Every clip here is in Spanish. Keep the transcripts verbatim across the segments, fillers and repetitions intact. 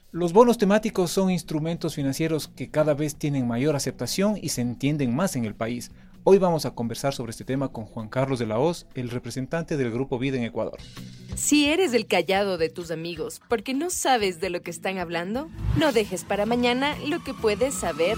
Los bonos temáticos son instrumentos financieros que cada vez tienen mayor aceptación y se entienden más en el país. Hoy vamos a conversar sobre este tema con Juan Carlos de la Hoz, el representante del Grupo B I D en Ecuador. Si eres el callado de tus amigos porque no sabes de lo que están hablando, no dejes para mañana lo que puedes saber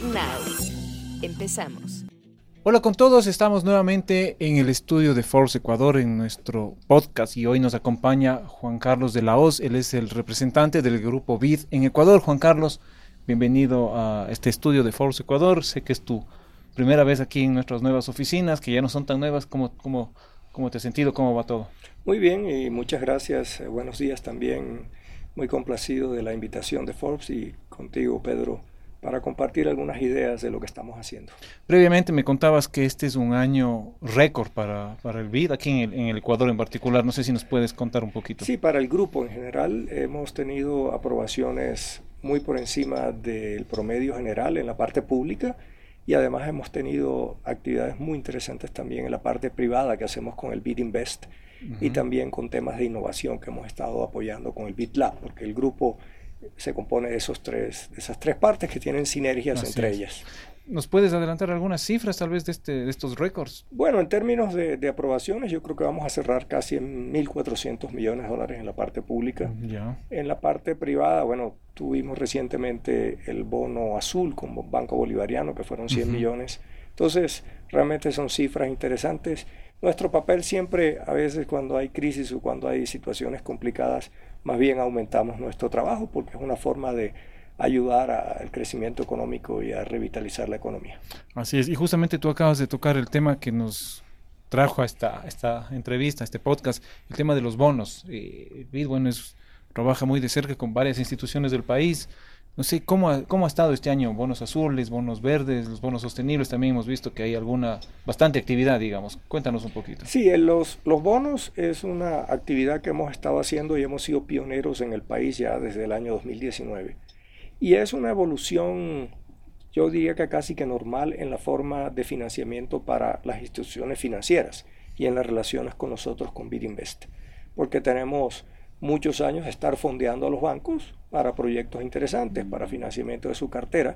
now. Empezamos. Hola con todos, estamos nuevamente en el estudio de Forbes Ecuador en nuestro podcast y hoy nos acompaña Juan Carlos de la Hoz, él es el representante del Grupo B I D en Ecuador. Juan Carlos, bienvenido a este estudio de Forbes Ecuador, sé que es tu primera vez aquí en nuestras nuevas oficinas, que ya no son tan nuevas. ¿Cómo, cómo, cómo te has sentido? ¿Cómo va todo? Muy bien y muchas gracias, eh, buenos días también, muy complacido de la invitación de Forbes y contigo, Pedro, para compartir algunas ideas de lo que estamos haciendo. Previamente me contabas que este es un año récord para, para el B I D, aquí en el, en el Ecuador en particular. No sé si nos puedes contar un poquito. Sí, para el grupo en general hemos tenido aprobaciones muy por encima del promedio general en la parte pública y además hemos tenido actividades muy interesantes también en la parte privada que hacemos con el B I D Invest uh-huh. y también con temas de innovación que hemos estado apoyando con el B I D Lab, porque el grupo se compone de, esos tres, de esas tres partes que tienen sinergias Así entre es. ellas. ¿Nos puedes adelantar algunas cifras tal vez de, este, de estos récords? Bueno, en términos de, de aprobaciones, yo creo que vamos a cerrar casi en mil cuatrocientos millones de dólares en la parte pública. Ya. En la parte privada, bueno, tuvimos recientemente el bono azul con Banco Bolivariano, que fueron cien uh-huh. millones. Entonces, realmente son cifras interesantes. Nuestro papel siempre, a veces cuando hay crisis o cuando hay situaciones complicadas, más bien aumentamos nuestro trabajo porque es una forma de ayudar al crecimiento económico y a revitalizar la economía. Así es, y justamente tú acabas de tocar el tema que nos trajo a esta, esta entrevista, a este podcast, el tema de los bonos. Eh, B I D, bueno, es, trabaja muy de cerca con varias instituciones del país. No sé, ¿cómo ha, cómo ha estado este año? Bonos azules, bonos verdes, los bonos sostenibles, también hemos visto que hay alguna, bastante actividad, digamos. Cuéntanos un poquito. Sí, los, los bonos es una actividad que hemos estado haciendo y hemos sido pioneros en el país ya desde el año dos mil diecinueve. Y es una evolución, yo diría que casi que normal en la forma de financiamiento para las instituciones financieras y en las relaciones con nosotros con B I D Invest. Porque tenemos muchos años de estar fondeando a los bancos para proyectos interesantes, para financiamiento de su cartera.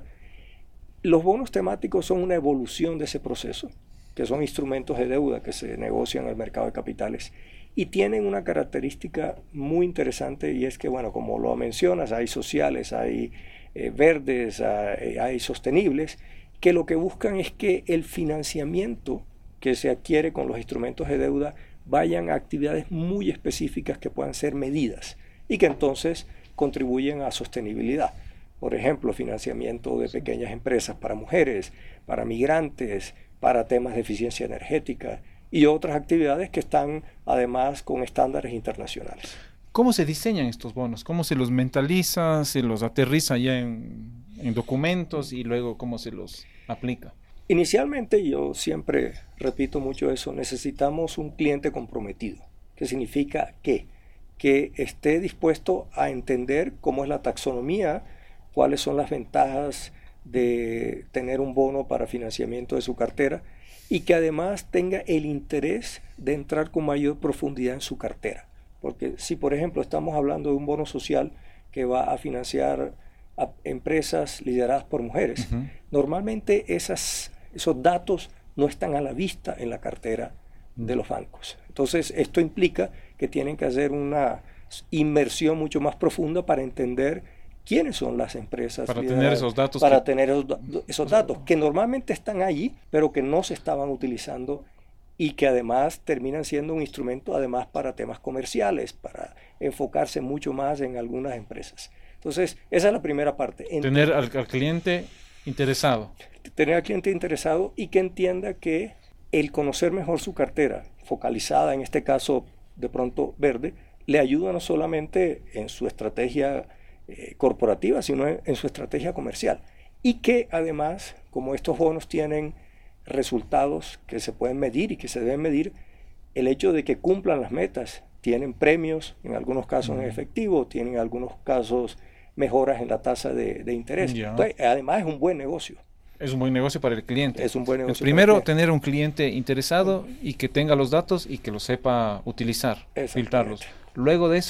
Los bonos temáticos son una evolución de ese proceso, que son instrumentos de deuda que se negocian en el mercado de capitales y tienen una característica muy interesante y es que, bueno, como lo mencionas, hay sociales, hay eh, verdes, hay, hay sostenibles, que lo que buscan es que el financiamiento que se adquiere con los instrumentos de deuda vayan a actividades muy específicas que puedan ser medidas y que entonces contribuyen a sostenibilidad. Por ejemplo, financiamiento de pequeñas empresas para mujeres, para migrantes, para temas de eficiencia energética y otras actividades que están además con estándares internacionales. ¿Cómo se diseñan estos bonos? ¿Cómo se los mentaliza, se los aterriza ya en, en documentos y luego cómo se los aplica? Inicialmente, yo siempre repito mucho eso, necesitamos un cliente comprometido, que significa ¿qué? Que esté dispuesto a entender cómo es la taxonomía, cuáles son las ventajas de tener un bono para financiamiento de su cartera y que además tenga el interés de entrar con mayor profundidad en su cartera. Porque si, por ejemplo, estamos hablando de un bono social que va a financiar a empresas lideradas por mujeres, uh-huh. normalmente esas esos datos no están a la vista en la cartera de los bancos. Entonces, esto implica que tienen que hacer una inmersión mucho más profunda para entender quiénes son las empresas. Para tener esos datos. Para que... tener esos, esos datos que normalmente están allí, pero que no se estaban utilizando y que además terminan siendo un instrumento además para temas comerciales, para enfocarse mucho más en algunas empresas. Entonces, esa es la primera parte. Tener al, al cliente interesado. Tener al cliente interesado y que entienda que el conocer mejor su cartera, focalizada en este caso de pronto verde, le ayuda no solamente en su estrategia eh, corporativa, sino en, en su estrategia comercial. Y que además, como estos bonos tienen resultados que se pueden medir y que se deben medir, el hecho de que cumplan las metas, tienen premios, en algunos casos uh-huh. en efectivo, tienen en algunos casos mejoras en la tasa de, de interés. Yeah. Entonces, además es un buen negocio. Es un buen negocio para el cliente. Es un buen negocio. El primero, para el tener un cliente interesado y que tenga los datos y que los sepa utilizar, filtrarlos. Luego de eso,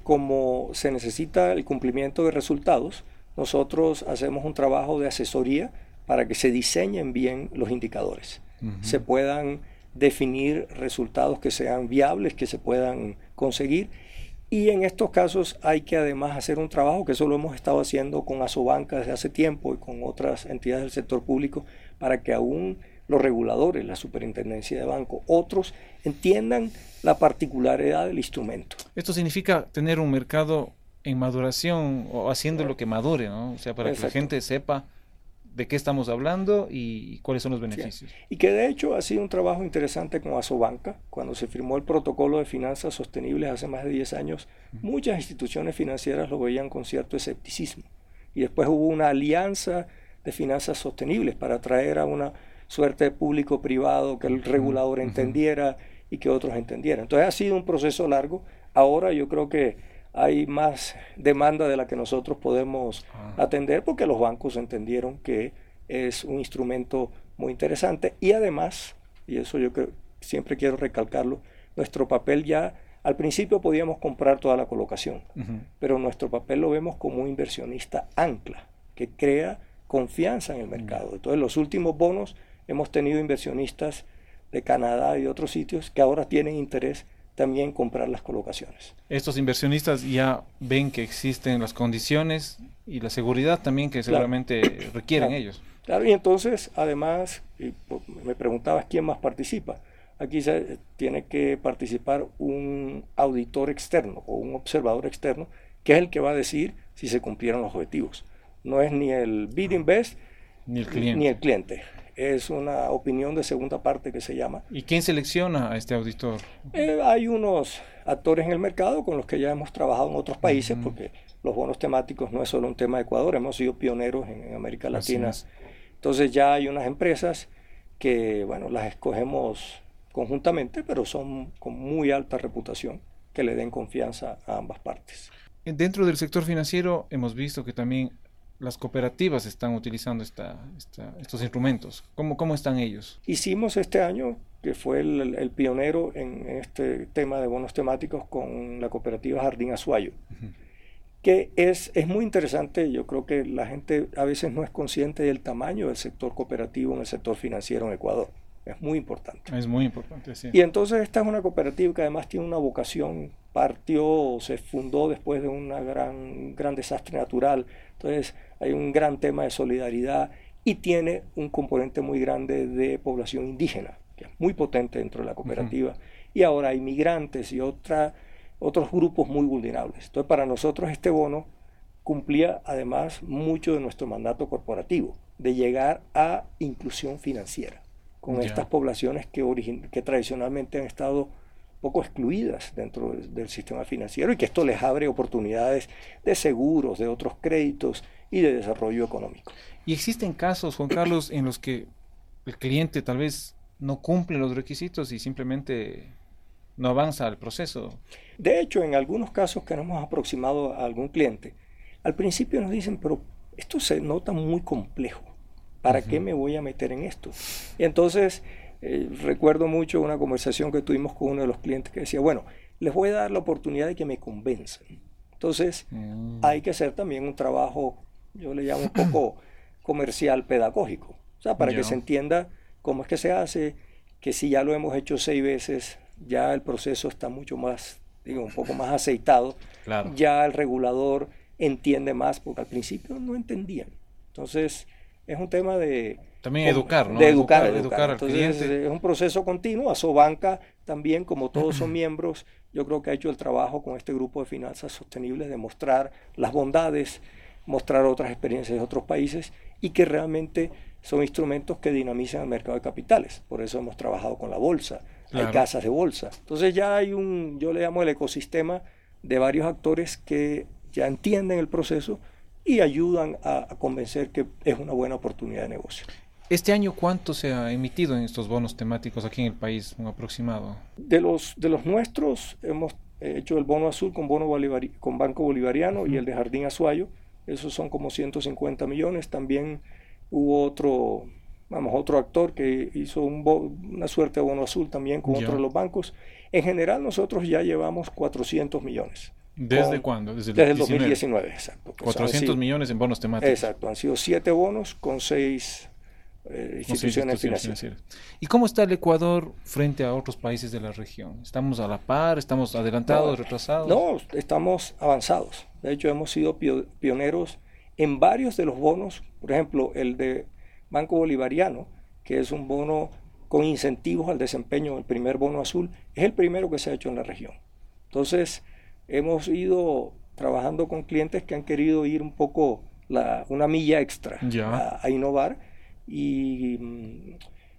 como se necesita el cumplimiento de resultados, nosotros hacemos un trabajo de asesoría para que se diseñen bien los indicadores, uh-huh. se puedan definir resultados que sean viables, que se puedan conseguir. Y en estos casos hay que además hacer un trabajo, que eso lo hemos estado haciendo con Asobanca desde hace tiempo y con otras entidades del sector público, para que aún los reguladores, la superintendencia de banco, otros entiendan la particularidad del instrumento. Esto significa tener un mercado en maduración o haciendo lo que madure, ¿no? O sea, para Exacto. que la gente sepa de qué estamos hablando y cuáles son los beneficios. Sí. Y que de hecho ha sido un trabajo interesante con Asobanca. Cuando se firmó el protocolo de finanzas sostenibles hace más de diez años, uh-huh. muchas instituciones financieras lo veían con cierto escepticismo. Y después hubo una alianza de finanzas sostenibles para atraer a una suerte de público privado, que el regulador uh-huh. entendiera y que otros entendieran. Entonces ha sido un proceso largo. Ahora yo creo que hay más demanda de la que nosotros podemos ah. atender, porque los bancos entendieron que es un instrumento muy interesante. Y además, y eso yo creo, siempre quiero recalcarlo, nuestro papel ya, al principio podíamos comprar toda la colocación, uh-huh. pero nuestro papel lo vemos como un inversionista ancla, que crea confianza en el mercado. Uh-huh. Entonces, los últimos bonos hemos tenido inversionistas de Canadá y de otros sitios que ahora tienen interés también comprar las colocaciones. Estos inversionistas ya ven que existen las condiciones y la seguridad también que seguramente claro. requieren claro. ellos. Claro, y entonces, además, y me preguntabas quién más participa. Aquí se tiene que participar un auditor externo o un observador externo, que es el que va a decir si se cumplieron los objetivos. No es ni el bid invest ni el cliente. Ni el cliente. Es una opinión de segunda parte que se llama. ¿Y quién selecciona a este auditor? Eh, hay unos actores en el mercado con los que ya hemos trabajado en otros países, uh-huh. porque los bonos temáticos no es solo un tema de Ecuador, hemos sido pioneros en, en América Latina. Entonces ya hay unas empresas que, bueno, las escogemos conjuntamente, pero son con muy alta reputación, que le den confianza a ambas partes. Dentro del sector financiero hemos visto que también las cooperativas están utilizando esta, esta, estos instrumentos. ¿Cómo, ¿Cómo están ellos? Hicimos este año, que fue el, el pionero en este tema de bonos temáticos, con la cooperativa Jardín Azuayo, uh-huh. que es, es muy interesante. Yo creo que la gente a veces no es consciente del tamaño del sector cooperativo en el sector financiero en Ecuador. Es muy importante. Es muy importante, sí. Y entonces esta es una cooperativa que además tiene una vocación, partió, se fundó después de una gran, gran desastre natural. Entonces hay un gran tema de solidaridad y tiene un componente muy grande de población indígena, que es muy potente dentro de la cooperativa. Uh-huh. Y ahora hay migrantes y otra, otros grupos muy vulnerables. Entonces para nosotros este bono cumplía además mucho de nuestro mandato corporativo, de llegar a inclusión financiera con yeah. estas poblaciones que, origin- que tradicionalmente han estado poco excluidas dentro del, del sistema financiero, y que esto les abre oportunidades de seguros, de otros créditos y de desarrollo económico. ¿Y existen casos, Juan Carlos, en los que el cliente tal vez no cumple los requisitos y simplemente no avanza el proceso? De hecho, en algunos casos que nos hemos aproximado a algún cliente, al principio nos dicen, pero esto se nota muy complejo. ¿Para uh-huh. qué me voy a meter en esto? Y entonces eh, recuerdo mucho una conversación que tuvimos con uno de los clientes que decía, bueno, les voy a dar la oportunidad de que me convenzan. Entonces uh-huh. hay que hacer también un trabajo, yo le llamo un poco comercial pedagógico, o sea, para yeah. que se entienda cómo es que se hace, que si ya lo hemos hecho seis veces, ya el proceso está mucho más, digo, un poco más aceitado, claro. ya el regulador entiende más, porque al principio no entendían. Entonces es un tema de... También educar, ¿no? De educar, educar, educar. educar al Entonces, cliente. Es un proceso continuo. Asobanca también, como todos son miembros, yo creo que ha hecho el trabajo con este grupo de finanzas sostenibles de mostrar las bondades, mostrar otras experiencias de otros países, y que realmente son instrumentos que dinamizan el mercado de capitales. Por eso hemos trabajado con la bolsa, claro. hay casas de bolsa. Entonces ya hay un, yo le llamo el ecosistema de varios actores que ya entienden el proceso y ayudan a, a convencer que es una buena oportunidad de negocio. ¿Este año cuánto se ha emitido en estos bonos temáticos aquí en el país, un aproximado? De los, de los nuestros, hemos hecho el bono azul con, bono Bolivari, con Banco Bolivariano uh-huh. y el de Jardín Azuayo. Esos son como ciento cincuenta millones. También hubo otro, vamos, otro actor que hizo un bo, una suerte de bono azul también con yeah. otro de los bancos. En general nosotros ya llevamos cuatrocientos millones. ¿Desde con, cuándo? Desde el, desde el dos mil diecinueve, exacto. Pues cuatrocientos sido, millones en bonos temáticos. Exacto, han sido siete bonos con seis eh, instituciones, instituciones financieras. financieras. ¿Y cómo está el Ecuador frente a otros países de la región? ¿Estamos a la par? ¿Estamos adelantados, no, retrasados? No, estamos avanzados. De hecho, hemos sido pioneros en varios de los bonos. Por ejemplo, el de Banco Bolivariano, que es un bono con incentivos al desempeño, el primer bono azul, es el primero que se ha hecho en la región. Entonces, hemos ido trabajando con clientes que han querido ir un poco la, una milla extra a, a innovar y mm,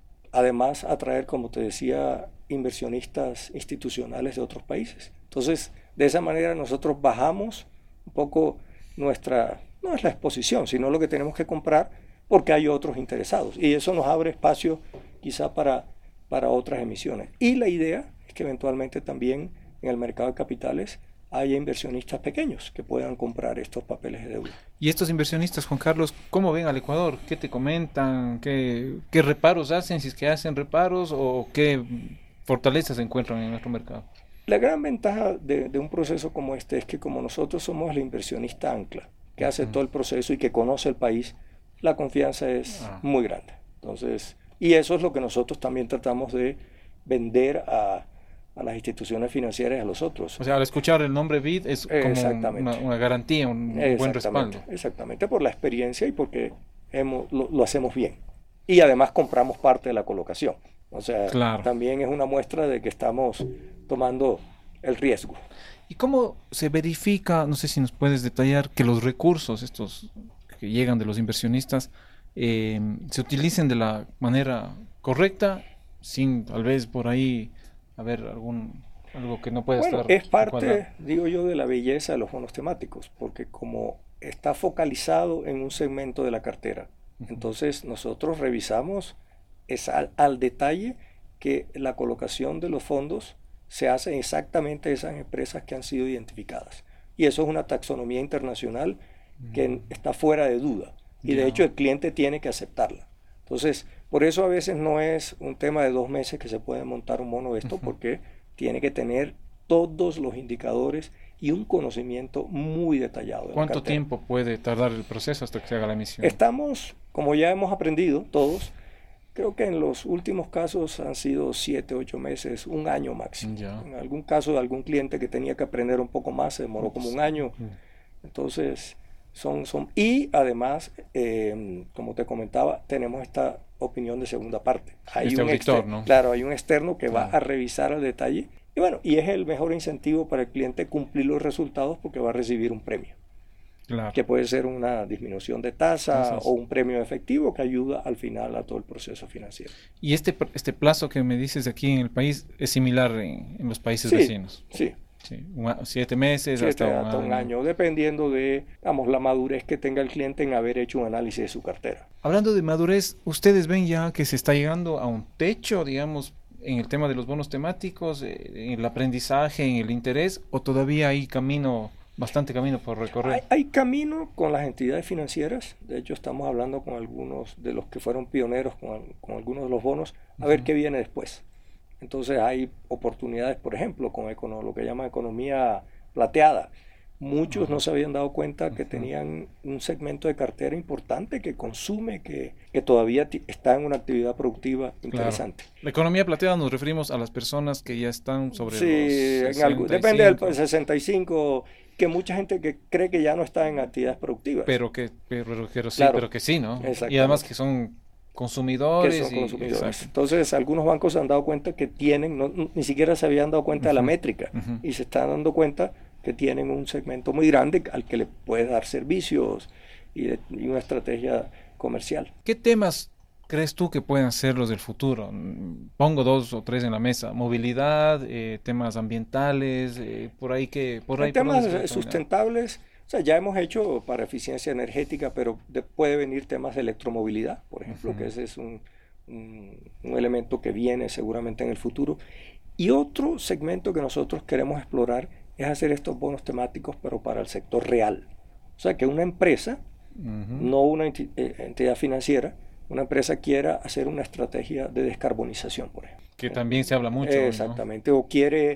además atraer, como te decía, inversionistas institucionales de otros países. Entonces, de esa manera nosotros bajamos un poco nuestra, no es la exposición, sino lo que tenemos que comprar porque hay otros interesados. Y eso nos abre espacio quizá para, para otras emisiones. Y la idea es que eventualmente también en el mercado de capitales haya inversionistas pequeños que puedan comprar estos papeles de deuda. Y estos inversionistas, Juan Carlos, ¿cómo ven al Ecuador? ¿Qué te comentan? ¿Qué, qué reparos hacen? Si es que hacen reparos o qué fortalezas encuentran en nuestro mercado. La gran ventaja de, de un proceso como este es que como nosotros somos el inversionista ancla, que hace uh-huh. todo el proceso y que conoce el país, la confianza es uh-huh. muy grande. Entonces, y eso es lo que nosotros también tratamos de vender a a las instituciones financieras y a los otros. O sea, al escuchar el nombre B I D es como una, una garantía, un buen respaldo. Exactamente, por la experiencia y porque hemos, lo, lo hacemos bien. Y además compramos parte de la colocación. O sea, claro. también es una muestra de que estamos tomando el riesgo. ¿Y cómo se verifica, no sé si nos puedes detallar, que los recursos, estos que llegan de los inversionistas, eh, se utilicen de la manera correcta, sin tal vez por ahí a ver, algún algo que no puede bueno, estar es parte, encuadrado. Digo yo, de la belleza de los bonos temáticos, porque como está focalizado en un segmento de la cartera, uh-huh. entonces nosotros revisamos es al, al detalle que la colocación de los fondos se hace exactamente en esas empresas que han sido identificadas. Y eso es una taxonomía internacional uh-huh. que está fuera de duda. Y yeah. de hecho el cliente tiene que aceptarla. Entonces, por eso a veces no es un tema de dos meses que se puede montar un bono de esto, uh-huh. porque tiene que tener todos los indicadores y un conocimiento muy detallado. De ¿Cuánto tiempo puede tardar el proceso hasta que se haga la emisión? Estamos, como ya hemos aprendido todos, creo que en los últimos casos han sido siete, ocho meses, un año máximo. Ya. En algún caso de algún cliente que tenía que aprender un poco más, se demoró como un año. Entonces... Son, son, y además, eh, como te comentaba, tenemos esta opinión de segunda parte. Hay este un auditor, externo, ¿no? Claro, hay un externo que claro. va a revisar al detalle. Y bueno, y es el mejor incentivo para el cliente cumplir los resultados porque va a recibir un premio. Claro. Que puede ser una disminución de tasa Entonces, o un premio efectivo que ayuda al final a todo el proceso financiero. ¿Y este, este plazo que me dices aquí en el país es similar en, en los países sí, vecinos? Sí. Sí, un, siete meses siete hasta, hasta un, un año. año, dependiendo de, digamos, la madurez que tenga el cliente en haber hecho un análisis de su cartera. Hablando de madurez, ¿ustedes ven ya que se está llegando a un techo, digamos, en el tema de los bonos temáticos, en el aprendizaje, en el interés, o todavía hay camino, bastante camino por recorrer? Hay, hay camino con las entidades financieras. De hecho, estamos hablando con algunos de los que fueron pioneros con, con algunos de los bonos, a uh-huh. ver qué viene después. Entonces hay oportunidades, por ejemplo, con econo, lo que llaman economía plateada. Muchos uh-huh. no se habían dado cuenta que uh-huh. tenían un segmento de cartera importante que consume, que, que todavía t- está en una actividad productiva interesante. Claro. La economía plateada nos referimos a las personas que ya están sobre sí, los sesenta y cinco. Algo, depende del sesenta y cinco, que mucha gente que cree que ya no está en actividades productivas. Pero que, pero, pero sí, claro. pero que sí, ¿no? Y además que son... consumidores, que son y, consumidores. Exacto. Entonces algunos bancos se han dado cuenta que tienen, no, ni siquiera se habían dado cuenta uh-huh. de la métrica uh-huh. y se están dando cuenta que tienen un segmento muy grande al que le puede dar servicios y, de, y una estrategia comercial. ¿Qué temas crees tú que pueden ser los del futuro? Pongo dos o tres en la mesa: movilidad, eh, temas ambientales, eh, por ahí que por ahí temas por sustentables. O sea, ya hemos hecho para eficiencia energética, pero de, puede venir temas de electromovilidad, por ejemplo, uh-huh. que ese es un, un, un elemento que viene seguramente en el futuro. Y otro segmento que nosotros queremos explorar es hacer estos bonos temáticos, pero para el sector real. O sea, que una empresa, uh-huh. no una enti- entidad financiera, una empresa quiera hacer una estrategia de descarbonización, por ejemplo. Que también se habla mucho. Exactamente, ¿no? O quiere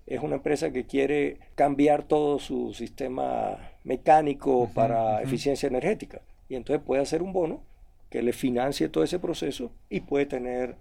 es una empresa que quiere cambiar todo su sistema mecánico uh-huh, para uh-huh. eficiencia energética. Y entonces puede hacer un bono que le financie todo ese proceso y puede tener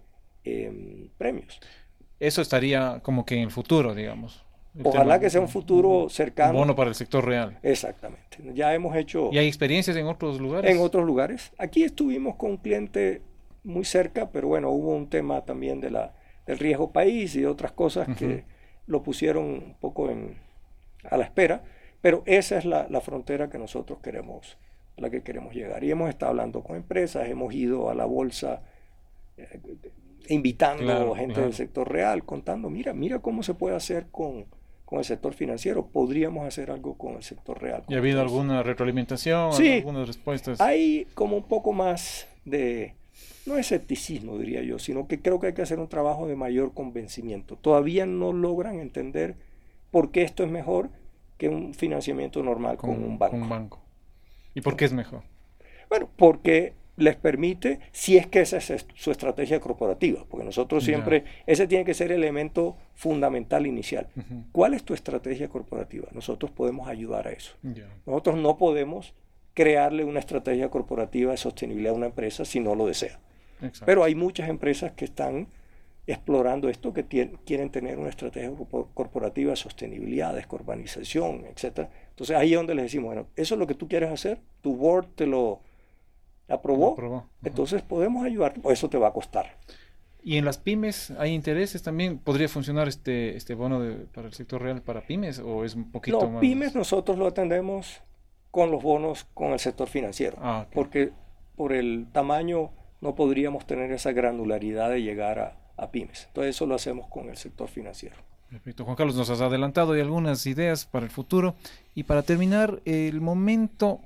eh, premios. Eso estaría como que en el futuro, digamos. Ojalá que sea un futuro cercano. Un bono para el sector real. Exactamente. Ya hemos hecho... ¿Y hay experiencias en otros lugares? En otros lugares. Aquí estuvimos con un cliente muy cerca, pero bueno, hubo un tema también de la, del riesgo país y otras cosas uh-huh. que lo pusieron un poco en, a la espera, pero esa es la, la frontera que nosotros queremos, a la que queremos llegar. Y hemos estado hablando con empresas, hemos ido a la bolsa eh, invitando claro, gente claro. del sector real, contando, mira, mira cómo se puede hacer con... con el sector financiero, podríamos hacer algo con el sector real. ¿Y ha habido alguna retroalimentación? Sí, algunas respuestas? Hay como un poco más de, no escepticismo diría yo, sino que creo que hay que hacer un trabajo de mayor convencimiento. Todavía no logran entender por qué esto es mejor que un financiamiento normal con, con un banco. Con un banco. ¿Y por qué es mejor? Bueno, porque les permite, si es que esa es su estrategia corporativa, porque nosotros siempre, yeah. ese tiene que ser el elemento fundamental inicial. Uh-huh. ¿Cuál es tu estrategia corporativa? Nosotros podemos ayudar a eso. Yeah. Nosotros no podemos crearle una estrategia corporativa de sostenibilidad a una empresa si no lo desea. Exacto. Pero hay muchas empresas que están explorando esto, que tienen, quieren tener una estrategia corporativa de sostenibilidad, descarbonización, etcétera. Entonces ahí es donde les decimos, bueno, eso es lo que tú quieres hacer, tu board te lo aprobó, aprobó. Uh-huh. Entonces podemos ayudarte, o eso te va a costar. ¿Y en las pymes hay intereses también? ¿Podría funcionar este, este bono de, para el sector real para pymes o es un poquito no, más? No, pymes nosotros lo atendemos con los bonos con el sector financiero, ah, okay. porque por el tamaño no podríamos tener esa granularidad de llegar a, a pymes. Entonces eso lo hacemos con el sector financiero. Perfecto. Juan Carlos, nos has adelantado de algunas ideas para el futuro. Y para terminar, el momento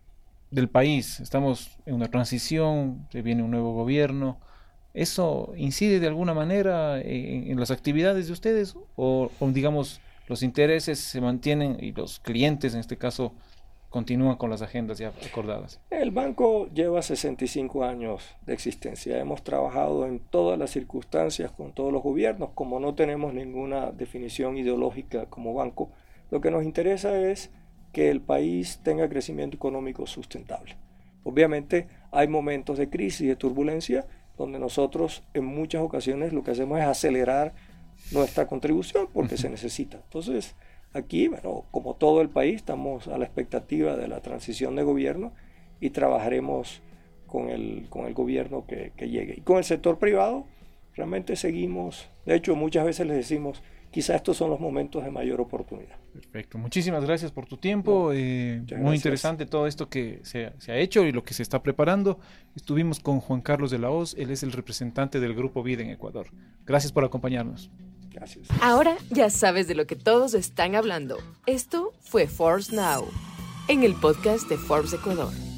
del país, estamos en una transición, se viene un nuevo gobierno, ¿eso incide de alguna manera en, en las actividades de ustedes? O, o digamos, los intereses se mantienen y los clientes en este caso continúan con las agendas ya acordadas? El banco lleva sesenta y cinco años de existencia, hemos trabajado en todas las circunstancias con todos los gobiernos, como no tenemos ninguna definición ideológica como banco, lo que nos interesa es que el país tenga crecimiento económico sustentable. Obviamente hay momentos de crisis y de turbulencia donde nosotros en muchas ocasiones lo que hacemos es acelerar nuestra contribución porque se necesita. Entonces aquí, bueno, como todo el país, estamos a la expectativa de la transición de gobierno y trabajaremos con el, con el gobierno que, que llegue. Y con el sector privado realmente seguimos, de hecho muchas veces les decimos, quizás estos son los momentos de mayor oportunidad. Perfecto. Muchísimas gracias por tu tiempo. No, eh, muy interesante todo esto que se, se ha hecho y lo que se está preparando. Estuvimos con Juan Carlos de la Hoz. Él es el representante del Grupo BID en Ecuador. Gracias por acompañarnos. Gracias. Ahora ya sabes de lo que todos están hablando. Esto fue Forbes Now, en el podcast de Forbes Ecuador.